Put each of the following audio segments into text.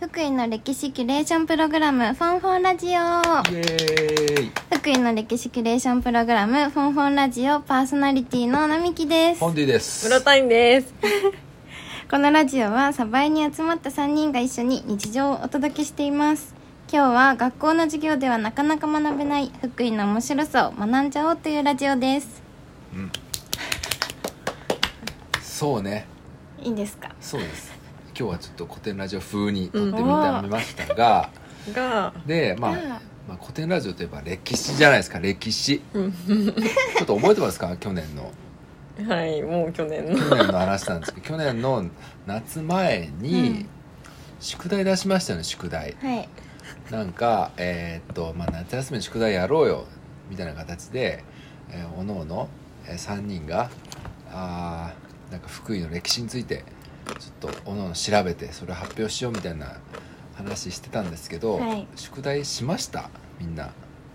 福井の歴史キュレーションプログラムフォンフォンラジオ。イエーイ。 福井の歴史キュレーションプログラムフォンフォンラジオパーソナリティの並木です。 ホンディです。 ムロタインですこのラジオはサバイに集まった3人が一緒に日常をお届けしています。今日は学校の授業ではなかなか学べない福井の面白さを学んじゃおうというラジオです。 そうね。 いいんですか？ そうです。今日はちょっと古典ラジオ風に撮ってみましたが、で、まあ古典ラジオといえば歴史じゃないですか。歴史ちょっと覚えてますか？去年のはい、もう去年の話なんですけど、去年の夏前に宿題出しましたよね。宿題、 はい。 なんか夏休みの宿題やろうよみたいな形で、おのおの3人がなんか福井の歴史についてちょっとおのおの調べてそれを発表しようみたいな話してたんですけど、 はい、 宿題しました？みんな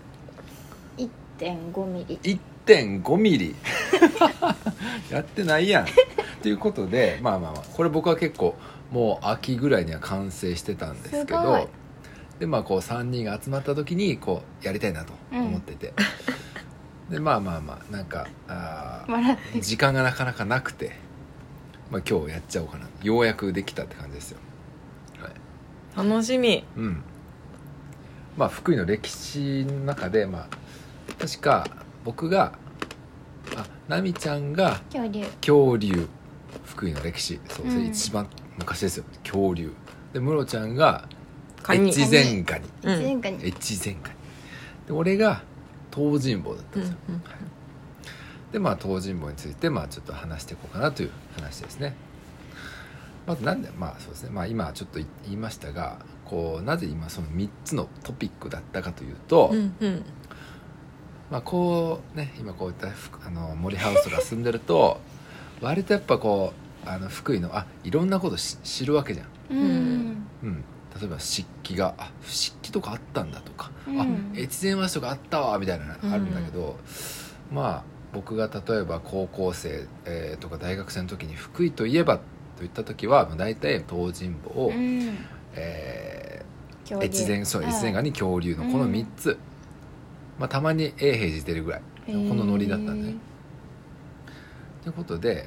1.5 ミリ 1.5 ミリやってないやんということで、これ僕は結構もう秋ぐらいには完成してたんですけど、でこう3人が集まった時にこうやりたいなと思ってて、でなんか時間がなかなかなくて、今日やっちゃおうかな、ようやくできたって感じですよ。はい、 楽しみ。 福井の歴史の中で確か僕が奈美ちゃんが恐竜、福井の歴史、それ一番昔ですよ、恐竜で、ムロちゃんが越前ガニ、越前ガニで、俺が東尋坊だったんですよ。で東尋坊についてちょっと話していこうかなという話ですね。まずなんでそうですね、今ちょっと言いましたが、なぜ今その3つのトピックだったかというと、今こういった森ハウスが住んでると割とやっぱ福井のいろんなこと知るわけじゃん。例えば漆器が漆器とかあったんだとか、越前和紙とかあったわみたいなのあるんだけど、僕が例えば高校生、とか大学生の時に福井といえばといった時は大体東尋坊、越前ガニ、恐竜のこの3つ、たまに永平寺出るぐらいこのノリだったんで、ということで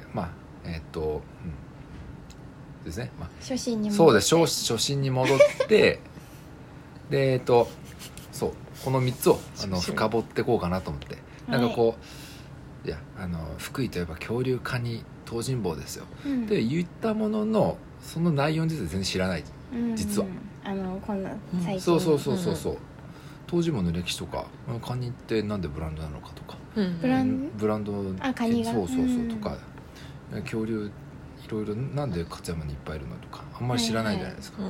ですね、 初心に戻って、 そうです、初心に戻ってでそうこの3つを深掘っていこうかなと思って、いや福井といえば恐竜、カニ、東尋坊ですよ、って言ったもののその内容について全然知らない、実はこんな最近そう東尋坊の歴史とか、カニってなんでブランドなのかとか、ブランドカニがそうとか、恐竜いろいろなんで勝山にいっぱいいるのとかあんまり知らないじゃないですか。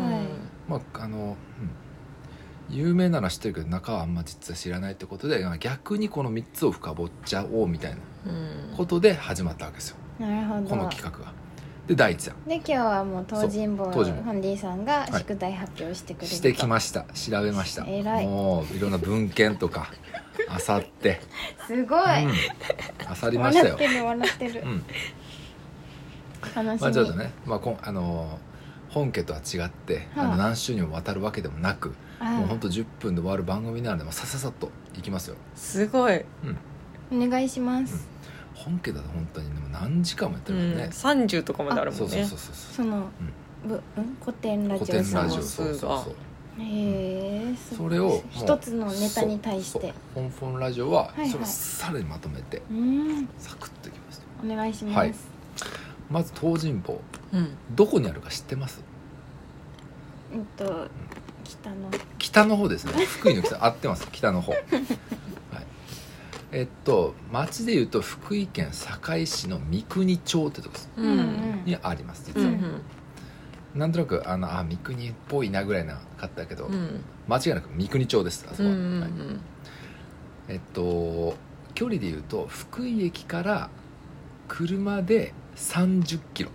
有名なのは知ってるけど中はあんま実は知らないってことで、逆にこの3つを深掘っちゃおうみたいなことで始まったわけですよ。 なるほど。 この企画がで第一弾で、今日はもう東尋坊のホンディさんが宿題発表してくれると、 してきました。調べました。 偉い。 もういろんな文献とか漁ってすごい、 漁りましたよ。 笑ってる、楽しみ。 ちょっとね、本家とは違って何週にもわたるわけでもなく、もうほんと10分で終わる番組なのでさっといきますよ。 すごい、 お願いします。 本家だと本当に何時間もやってるもんね、 30とかまであるもんね。 その古典ラジオさんのそうそれを一つのネタに対してフォンラジオはそれをさらにまとめてサクッといきます。 お願いします。 まず東尋坊、どこにあるか知ってます？北の方ですね。福井の北合ってます。北の方町でいうと福井県坂井市の三国町ってとこです、にあります。実は、なんとなく三国っぽいなぐらいなかったけど、間違いなく三国町です。あそこは、距離でいうと福井駅から車で30キロ。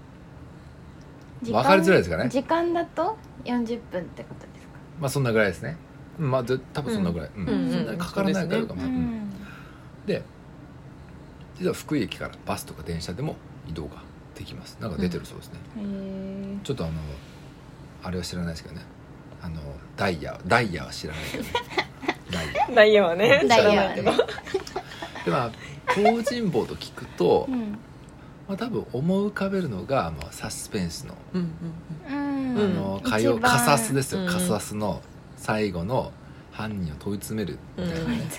分かりづらいですかね。 時間だと40分ってことですか？ そんなぐらいですね。多分そんなぐらい、そんなにかからないからかも、で実は福井駅からバスとか電車でも移動ができます。なんか出てるそうですね、ちょっとあれは知らないですけどね、ダイヤは知らないけどねダイヤはねダイヤはね知らないけどでまあ東尋坊と聞くと、 うんまあ、多分思い浮かべるのが、まあ、サスペンスの、 うんカ一番サスですよ、 うんカサスの最後の犯人を問い詰めるみたいなね、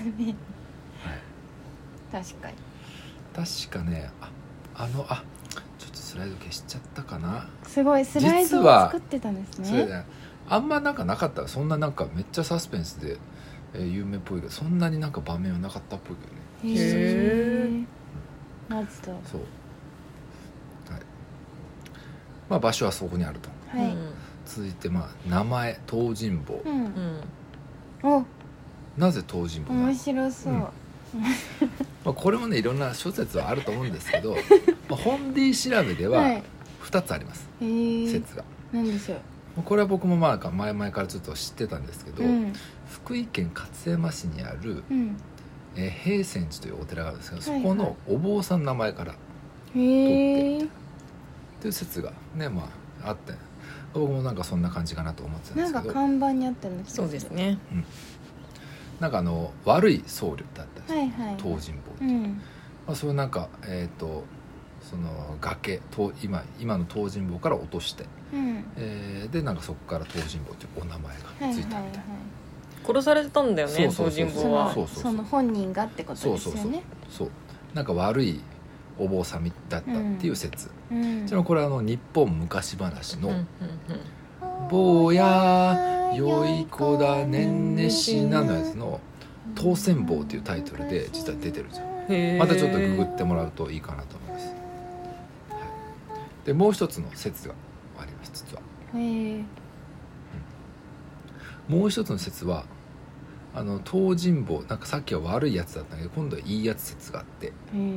はい、 確かに確かねちょっとスライド消しちゃったかな。 すごいスライドを実は作ってたんですそれね。 ねあんまなんかなかった、そんななんかめっちゃサスペンスで、有名っぽいけどそんなになんか場面はなかったっぽいけどね。 へえ。マジだ。 そう、はい、まあ場所はそこにあると。 はい。 続いてまあ名前東尋坊、 お、 なぜ東尋坊なの面白そう。 まあ、これもねいろんな諸説はあると思うんですけどまあ本 D 調べでは2つあります、説が。 なんでしょう。 これは僕もまあ前々からちょっと知ってたんですけど、福井県勝山市にある、平泉寺というお寺があるんですけど、そこのお坊さんの名前から取ってという説がね、まああって、僕もなんかそんな感じかなと思ってたんですけど、 なんか看板にあったの。 そうですね。 なんか悪い僧侶だったんですよ、東尋坊って、まあ、それなんかその崖今の東尋坊から落として、でなんかそこから東尋坊というお名前がついたみたいな。 殺されたんだよね、東尋坊は。 その本人がってことですよね。 そうなんか悪いお坊さんだったっていう説、ちなみにこれは日本昔話の「坊や良い子だねんねしな」のやつの「当選坊」っていうタイトルで実は出てるんですよ。またちょっとググってもらうといいかなと思います、はい、でもう一つの説があります実は。もう一つの説は東尋坊、なんかさっきは悪いやつだったんだけど今度はいいやつ説があって、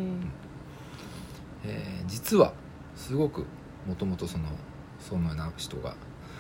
実はすごくもともとそのような人が、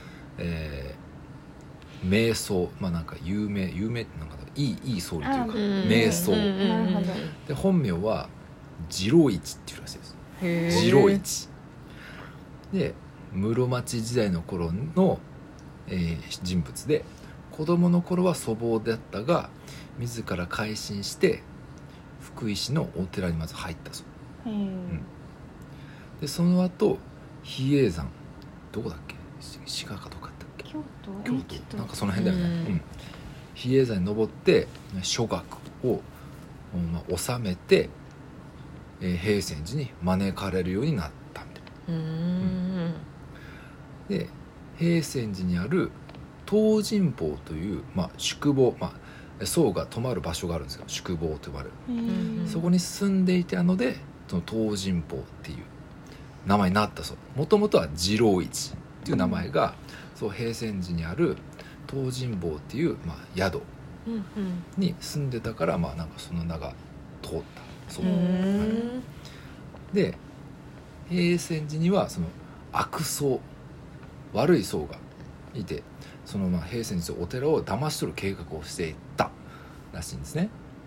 瞑想、まあなんか有名ってなんかいい僧侶というか瞑想で、本名は次郎一っていうらしいです。次郎一で室町時代の頃の、人物で、子供の頃は粗暴だったが自ら改心して福井市のお寺にまず入ったそう、でその後比叡山、どこだっけ、滋賀かどこだったっけ、京都なんかその辺だよね、比叡山に登って諸学を、収めて、平泉寺に招かれるようになったみたいな。で平泉寺にある東尋坊という、宿坊、僧が泊まる場所があるんですよ、宿坊と呼ばれる。そこに住んでいたのでその東尋坊っていう名前になったそう。もともとは次郎一っていう名前が、そう平泉寺にある東尋坊っていう、宿に住んでたから、なんかその名が通ったそう、で平泉寺にはその悪僧、悪い僧がいて、その平泉寺とお寺を騙し取る計画をしていったらしいんですね。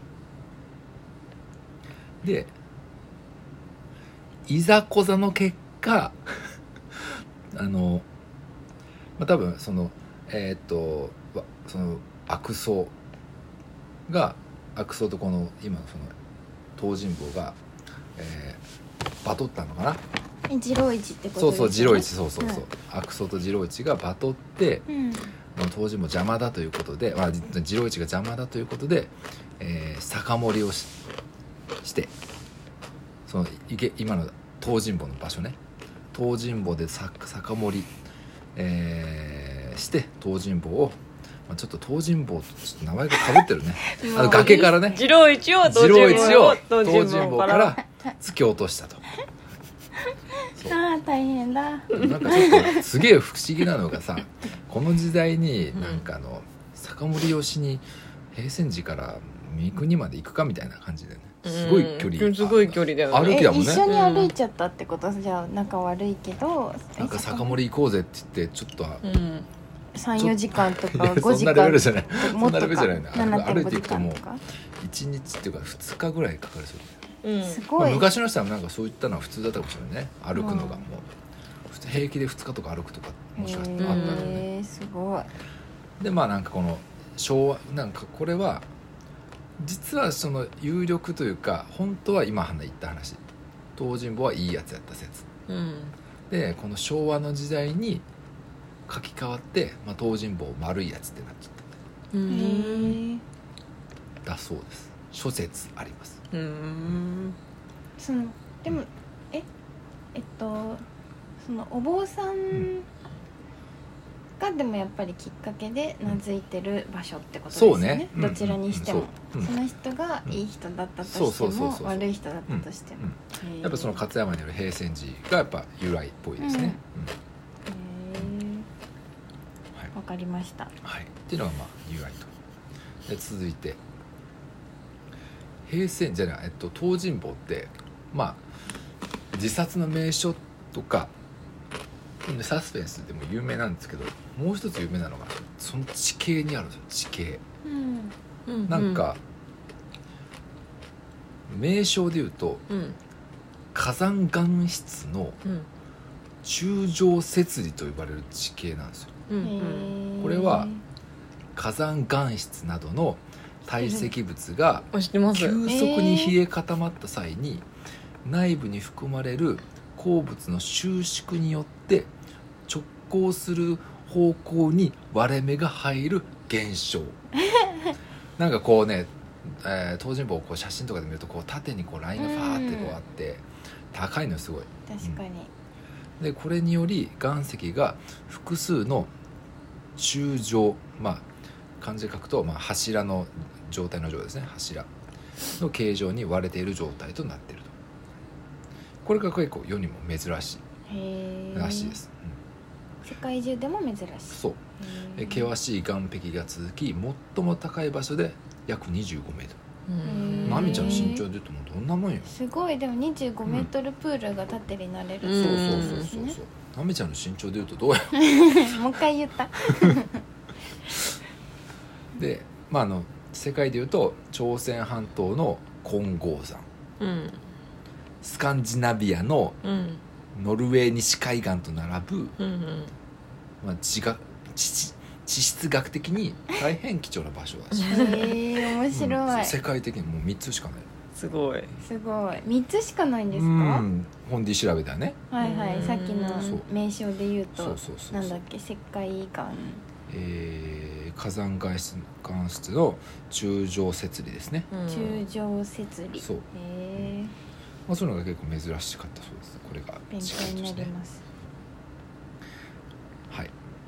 でいざこざの結果多分そのその悪僧とこの今のその東尋坊が、バトったのかな。 次郎一ってことですね。 次郎一、悪僧と次郎一がバトって、東尋坊邪魔だということで、次郎一が邪魔だということで、酒盛りをしてその今の東尋坊の場所ね、東尋坊で酒盛り、して東尋坊を、ちょっと東尋坊とちょっと名前が被ってるね崖からね次郎一を東尋坊から突き落としたと。 大変だ。 なんかちょっとすげえ不思議なのがさ、この時代になんか酒盛りをしに平泉寺から三国まで行くかみたいな感じでね、すごい距離、 すごい距離だよね。 歩きだもんね。 一緒に歩いちゃったってこと、じゃあ仲悪いけどなんか酒盛り行こうぜって言ってちょっと、 3,4 時間とか5時間そんなレベルじゃない、 もっとかそんなレベルじゃないね。歩いていくともう 7.5時間とか 1日っていうか2日ぐらいかかるそう。 すごい、 昔の人はなんかそういったのは普通だったかもしれないね。歩くのがもう普平気で2日とか歩くとかもしかしてあったのね。 すごい。 でまあなんかこの昭和なんかこれは実はその有力というか本当は今言った話、東尋坊はいいやつやった説、でこの昭和の時代に書き換わって、東尋坊悪いやつってなっちゃっただそうです。諸説あります。 そのでもそのお坊さんがでもやっぱりきっかけで名付いてる場所ってことですよね。どちらにしても、その人がいい人だったとしても悪い人だったとしても、 やっぱその勝山による平泉寺がやっぱ由来っぽいですね。 わかりました。 はい、っていうのが由来と。で続いて平泉じゃない、東尋坊って自殺の名所とかサスペンスでも有名なんですけど、もう一つ有名なのがその地形にあるんですよ。地形、なんか名称でいうと、火山岩質の柱状節理と呼ばれる地形なんですよ。これは火山岩質などの堆積物が急速に冷え固まった際に内部に含まれる鉱物の収縮によって直行する方向に割れ目が入る現象なんかこうね、東尋坊をこう写真とかで見るとこう縦にこうラインがファーってこうあって高いのすごい。 確かに、 でこれにより岩石が複数の柱状、漢字で書くと、柱の状態の状ですね、柱の形状に割れている状態となっていると。これが結構世にも珍しいらしいです。 世界中でも珍しい。 そう。険しい岩壁が続き最も高い場所で約25メートル。ナミちゃんの身長で言うともうどんなもんよ。 すごい。でも25メートルプールが縦になれる、 そうナミちゃんの身長で言うとどうやもう一回言ったで、世界で言うと朝鮮半島の金剛山、スカンジナビアのノルウェー西海岸と並ぶ、地質学的に大変貴重な場所だし面白い、 世界的にもう3つしかない。 すごい 3つしかないんですか？ ホンディ調べたらね。 はいはい、さっきの名称で言うとなんだっけ、石灰岩、 火山岩質の柱状節理ですね。 柱状節理。 そう。そういうのが結構珍しかったそうです。これが勉強になります。 はい。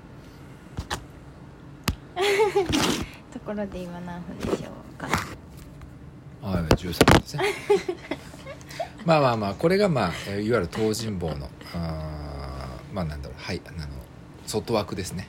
ところで今何分でしょうか。 13分ですね。これがいわゆる東尋坊の外枠ですね。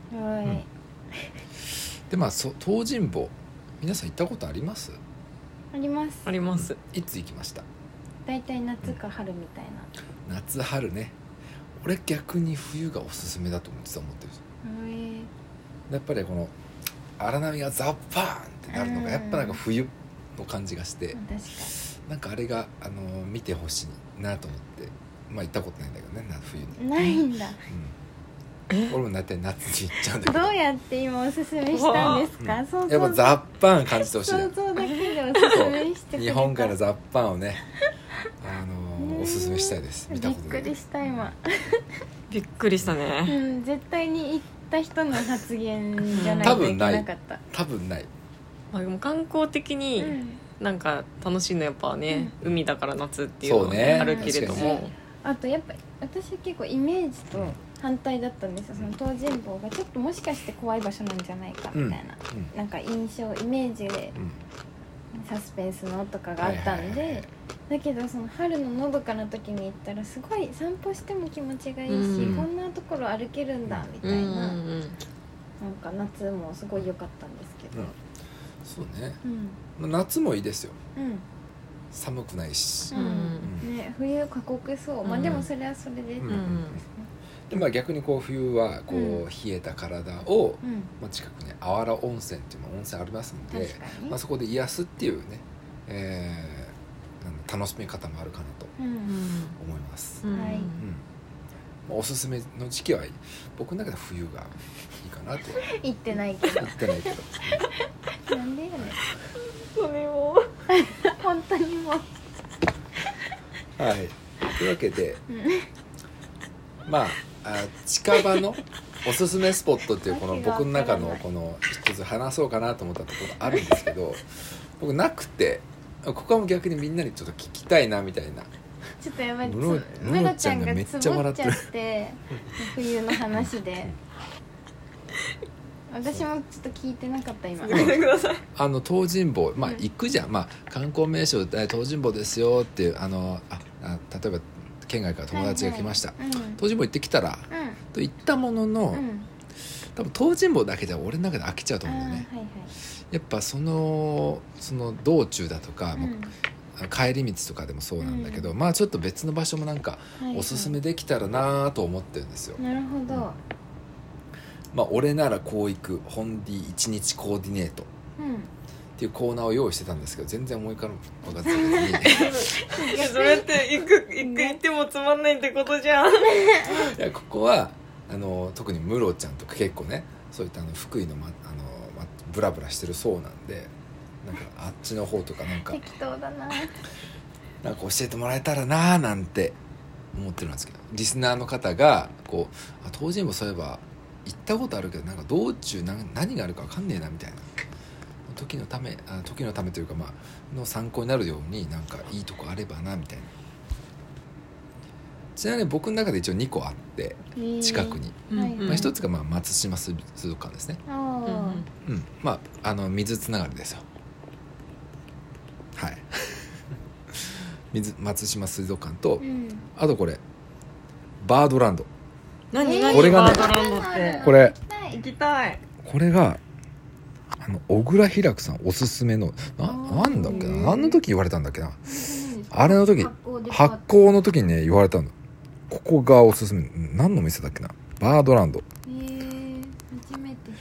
で東尋坊皆さん行ったことあります？ あります。 あります。 いつ行きました？ だいたい夏か春みたいな。 夏春ね。俺逆に冬がおすすめだと実は思ってるんですよ。やっぱりこの荒波がザッパーンってなるのがやっぱなんか冬の感じがして、なんかあれが見てほしいなと思って行ったことないんだけどね、冬に。 ないんだ。 俺も大体夏に行っちゃうんだけど。 どうやって今おすすめしたんですか？やっぱザッパーン感じてほしい。 想像だけでおすすめしてくれた。 日本からザッパーンをねおすすめしたいです。見たことない。 びっくりした今。 びっくりしたね。 絶対に行った人の発言じゃないといけなかった。 多分ない。 でも観光的になんか楽しいのやっぱね、海だから夏っていうのはあるけれども、 あとやっぱ私は結構イメージと反対だったんですよ。その東尋坊がちょっともしかして怖い場所なんじゃないかみたいな、なんか印象イメージでサスペンスのとかがあったんで、だけどその春ののどかな時に行ったらすごい散歩しても気持ちがいいし、こんなところ歩けるんだみたいな、なんか夏もすごい良かったんですけど、 そうね、夏もいいですよ、寒くないし、 ね、冬過酷そう、でもそれはそれで、 で逆にこう冬はこう冷えた体を、近くにあわら温泉っていう温泉ありますので、そこで癒すっていうね、楽しみ方もあるかなと思います。 おすすめの時期は僕の中では冬がいいかなと。 言ってないけど言ってないけどなんでやねんそれも本当にもうはいというわけで、まあ近場のおすすめスポットっていうこの僕の中のこの一つ話そうかなと思ったところがあるんですけど僕なくて、ここはもう逆にみんなにちょっと聞きたいなみたいな。 ちょっとやばいムロちゃんがめっちゃ笑ってるつぼっちゃって冬の話で私もちょっと聞いてなかった今。 ごめんください。 東尋坊、まあ行くじゃん、まあ観光名所で東尋坊ですよっていう例えば県外から友達が来ました、 はいはい、 東尋坊行ってきたら、と言ったものの、多分東尋坊だけじゃ俺の中で飽きちゃうと思うんだよね、 はいはい、 やっぱその道中だとか、帰り道とかでもそうなんだけど、まあちょっと別の場所もなんかおすすめできたらなと思ってるんですよ。 なるほど、 まあ俺ならこう行く本 D1 日コーディネートっていうコーナーを用意してたんですけど全然思い浮かばずにそれって行ってもつまんないってことじゃん。 いやここは特にムロちゃんとか結構ねそういった福井の、ブラブラしてるそうなんでなんかあっちの方とかなんか適当だななんか教えてもらえたらなーなんて思ってるんですけどリスナーの方がこう東尋坊そういえば行ったことあるけどなんか道中何があるか分かんねえなみたいな時のためというかまあの参考になるようになんかいいとこあればなみたいな。ちなみに僕の中で一応2個あって近くに、まあ、一つがまあ松島水族館ですね、まあ水つながりですよはい松島水族館と、あとこれバードランド。 何これがねバードランドってこれ行きたい。 これが小倉ひらくさんおすすめのなんだっけな何の時言われたんだっけなあれの時発行の時にね言われたの。ここがおすすめ何の店だっけなバードランド。 初めて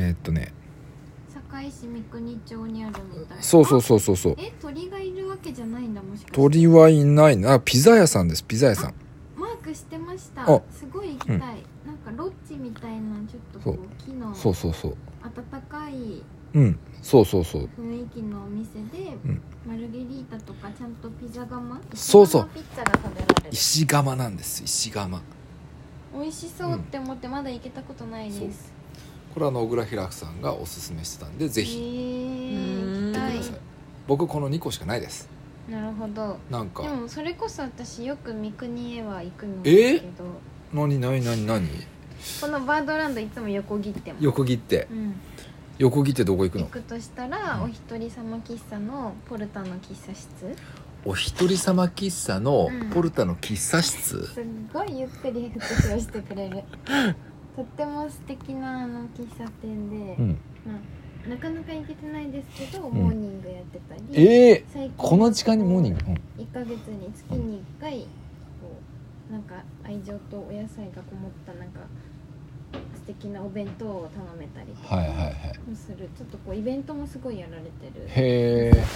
堺市三国町にあるみたいな。 そう鳥がいるわけじゃないんだ。もしかして鳥はいないな。ピザ屋さんです。ピザ屋さんマークしてました。すごい行きたい、なんかロッジみたいなちょっとこう木の温かい雰囲気のお店で、マルゲリータとかちゃんとピザ窯ピッツァが食べられる。 石窯なんです。石窯美味しそうって思ってまだ行けたことないです、 これは小倉ひらくさんがおすすめしてたんでぜひ行ってください。僕この2個しかないです。 なるほど。 なんかでもそれこそ私よく三国へは行くんですけど、 何このバードランドいつも横切ってます。 横切ってどこ行くの？ 行くとしたら、お一人様喫茶のポルタの喫茶室。 お一人様喫茶のポルタの喫茶室、 すっごいゆっくり復唱してくれるとっても素敵な喫茶店で、なかなか行けてないんですけど、モーニングやってたり、最近この時間にモーニング、 1ヶ月に月に1回こうなんか愛情とお野菜がこもったなんか素敵なお弁当を頼めたりとかもする、ちょっとこうイベントもすごいやられてるへー、 なんか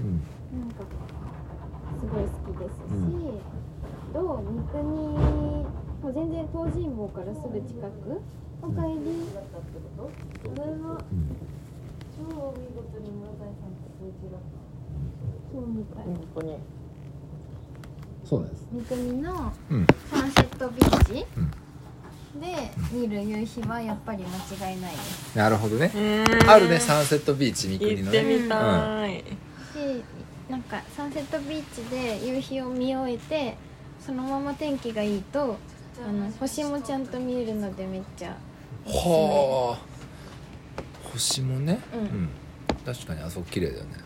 すごい好きですし、三国もう全然東尋坊からすぐ近く。おかえり。これは超見事に村谷さんと数字だった。そうみたい。 本当にそうです。 三国のサンセットビーチで見る夕日はやっぱり間違いないです。 なるほどね。あるね、サンセットビーチ三国のね。 行ってみたい。 なんかサンセットビーチで夕日を見終えてそのまま天気がいいと星もちゃんと見えるのでめっちゃおすすめ。 はあ、星もね、確かにあそこ綺麗だよね。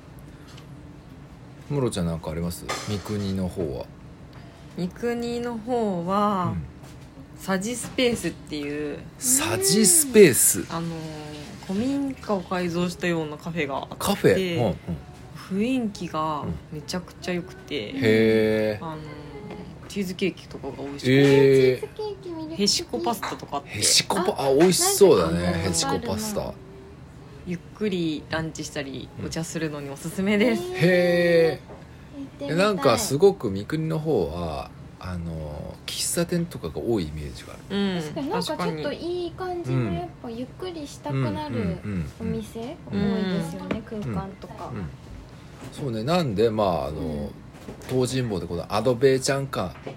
ムロちゃんなんかあります？三国の方は。 三国の方は、サジスペースっていうサジスペース、 古民家を改造したようなカフェがあって、 カフェ、 雰囲気がめちゃくちゃ良くて、 へー、 チーズケーキとかが美味しくて、 チーズケーキ見る。 へしこパスタとかあって、 へしこ美味しそうだね。へしこパスタゆっくりランチしたりお茶するのにおすすめです。 へー、なんかすごく三国の方は喫茶店とかが多いイメージがある。 確かになんかちょっといい感じのやっぱゆっくりしたくなるお店多いですよね、空間とか、 そうね。なんで東尋坊でこのアドベンチャ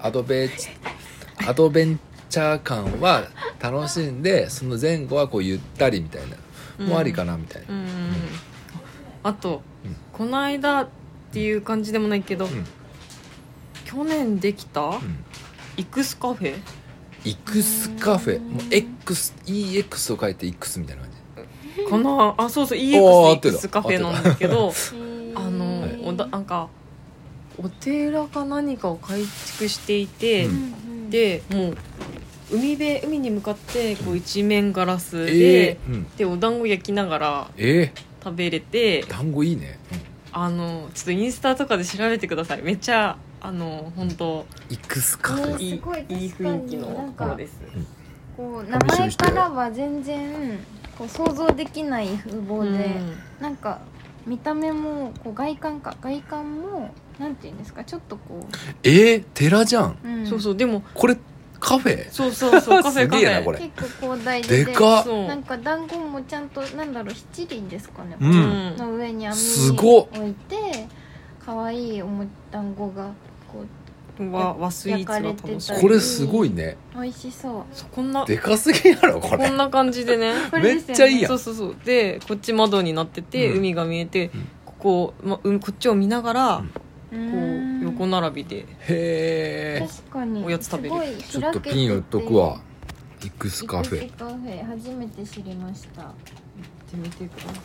ー感は楽しんで、その前後はこうゆったりみたいなもありかなみたいな。 あと、この間っていう感じでもないけど、去年できた、イクスカフェ、 イクスカフェ、もう EX を書いて X みたいな感じかなあ。そうそう、 EX イクスカフェなんだけどなんかお寺か何かを改築していて、でもう海に向かってこう一面ガラスで、でお団子焼きながら食べれて、 団子いいね。 ちょっとインスタとかで調べてください。めっちゃ本当イクスカフェ、 いい雰囲気のところです。 こう名前からは全然こう想像できない風貌で、なんか見た目もこう外観もなんていうんですか、ちょっとこう寺じゃん、 そうそう。でもこれカフェ、 そうカフェすげえなこれ。 結構広大でかっ。 なんか団子もちゃんとなんだろう、七輪ですかね、の上に網置いて可愛い団子がこう和スイーツが楽しい。 これすごいね。 美味しそう。 こんなでかすぎやろこれ。 こんな感じでねめっちゃいいやん。 そうで、こっち窓になってて、海が見えて、こっちを見ながら、こう横並びで確かにおやつ食べる。 ちょっとピン打っとくわ。イクスカフェ初めて知りました。行ってみてください。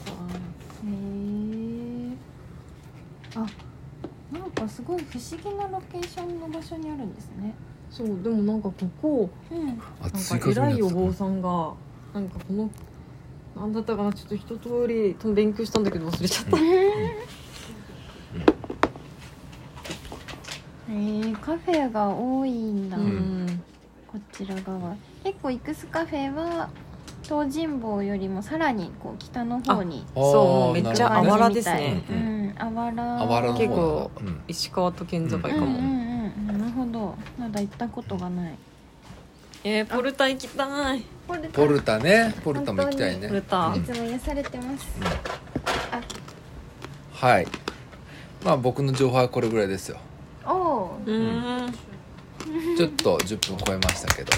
なんかすごい不思議なロケーションの場所にあるんですね。 そう、でもなんかここ、なんか偉いお坊さんがなんかこのなんだったかな、ちょっと一通り勉強したんだけど忘れちゃった。 カフェが多いんだ、こちら側。結構イクスカフェは東尋坊よりもさらにこう北の方に、 そうめっちゃあわらですね。 あわら結構石川と県境かも。 なるほど。まだ行ったことがない。 ポルタ行きたい。 ポルタね。ポルタも行きたいね。 ポルタいつも癒されてます。 はい。まあ僕の情報はこれぐらいですよ。ちょっと10分超えましたけど、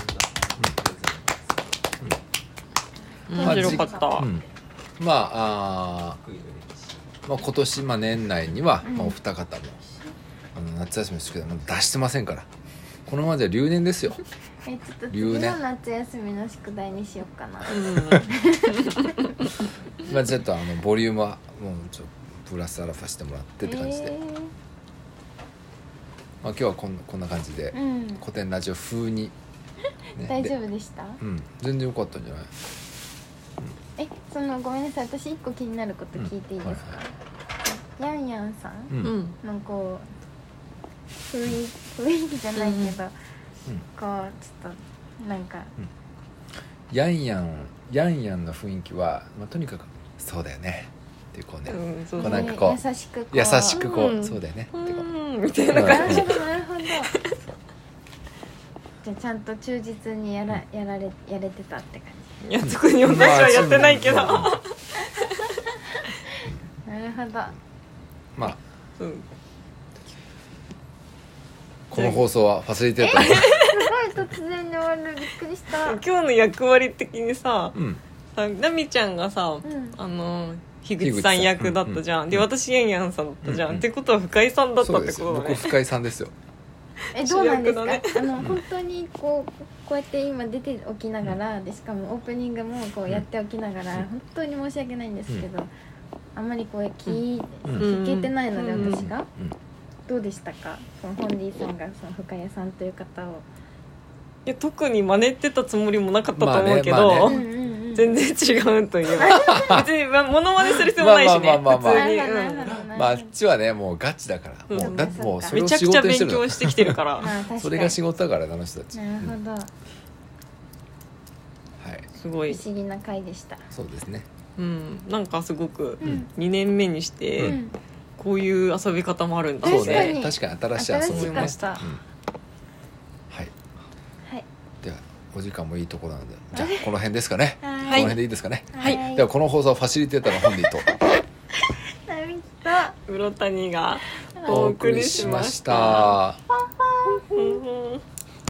面白かった。 まあ今年、年内には、お二方も夏休みの宿題出してませんから、このままじゃ留年ですよ。 ちょっと次の夏休みの宿題にしようかな。 ちょっとボリュームはもうちょっとプラスアルファしてもらってって感じで、今日はこんな感じで、古典ラジオ風に、 大丈夫でした？ 全然良かったんじゃない？ ごめんなさい、私一個気になること聞いていいですか？ヤンヤンさんのこう雰囲気じゃないけど、こうちょっとなんか、 ヤンヤンの雰囲気は、とにかくそうだよねっていうこうね、こうなんかこう優しくこう、そうだよねってこうみたいな感じ。 なるほど。じゃあちゃんと忠実にやれてたって感じ。 いや、特に私はやってないけど。なるほど。 この放送はファシリテーター。 すごい突然に終わる。びっくりした。 今日の役割的にさ、ナミちゃんがさ、樋口さん役だったじゃん。で、私ヤンヤンさんだったじゃん。ってことは深井さんだったってことだね。 僕深井さんですよ。 どうなんですか？本当にこうやって今出ておきながら、でしかもオープニングもこうやっておきながら、本当に申し訳ないんですけど、あんまりこう聞けてないので、私がどうでしたか？そのホンディさんがその深谷さんという方を。 いや、特に真似てたつもりもなかったと思うけど、全然違うという。別にモノマネする必要もないしね。普通に。 あっちはね、もうガチだから、もうそれをめちゃくちゃ勉強してきてるから。 それが仕事だから、あの人たち。 なるほど。はい。 すごい不思議な回でした。 そうですね。 なんかすごく2年目にしてこういう遊び方もあるんだ。 そうね。確かに新しい遊びました。 お時間もいいところなので、じゃあこの辺ですかね。この辺でいいですかね。 はい。 ではこの放送はファシリテーターの本人と室谷がお送りしました。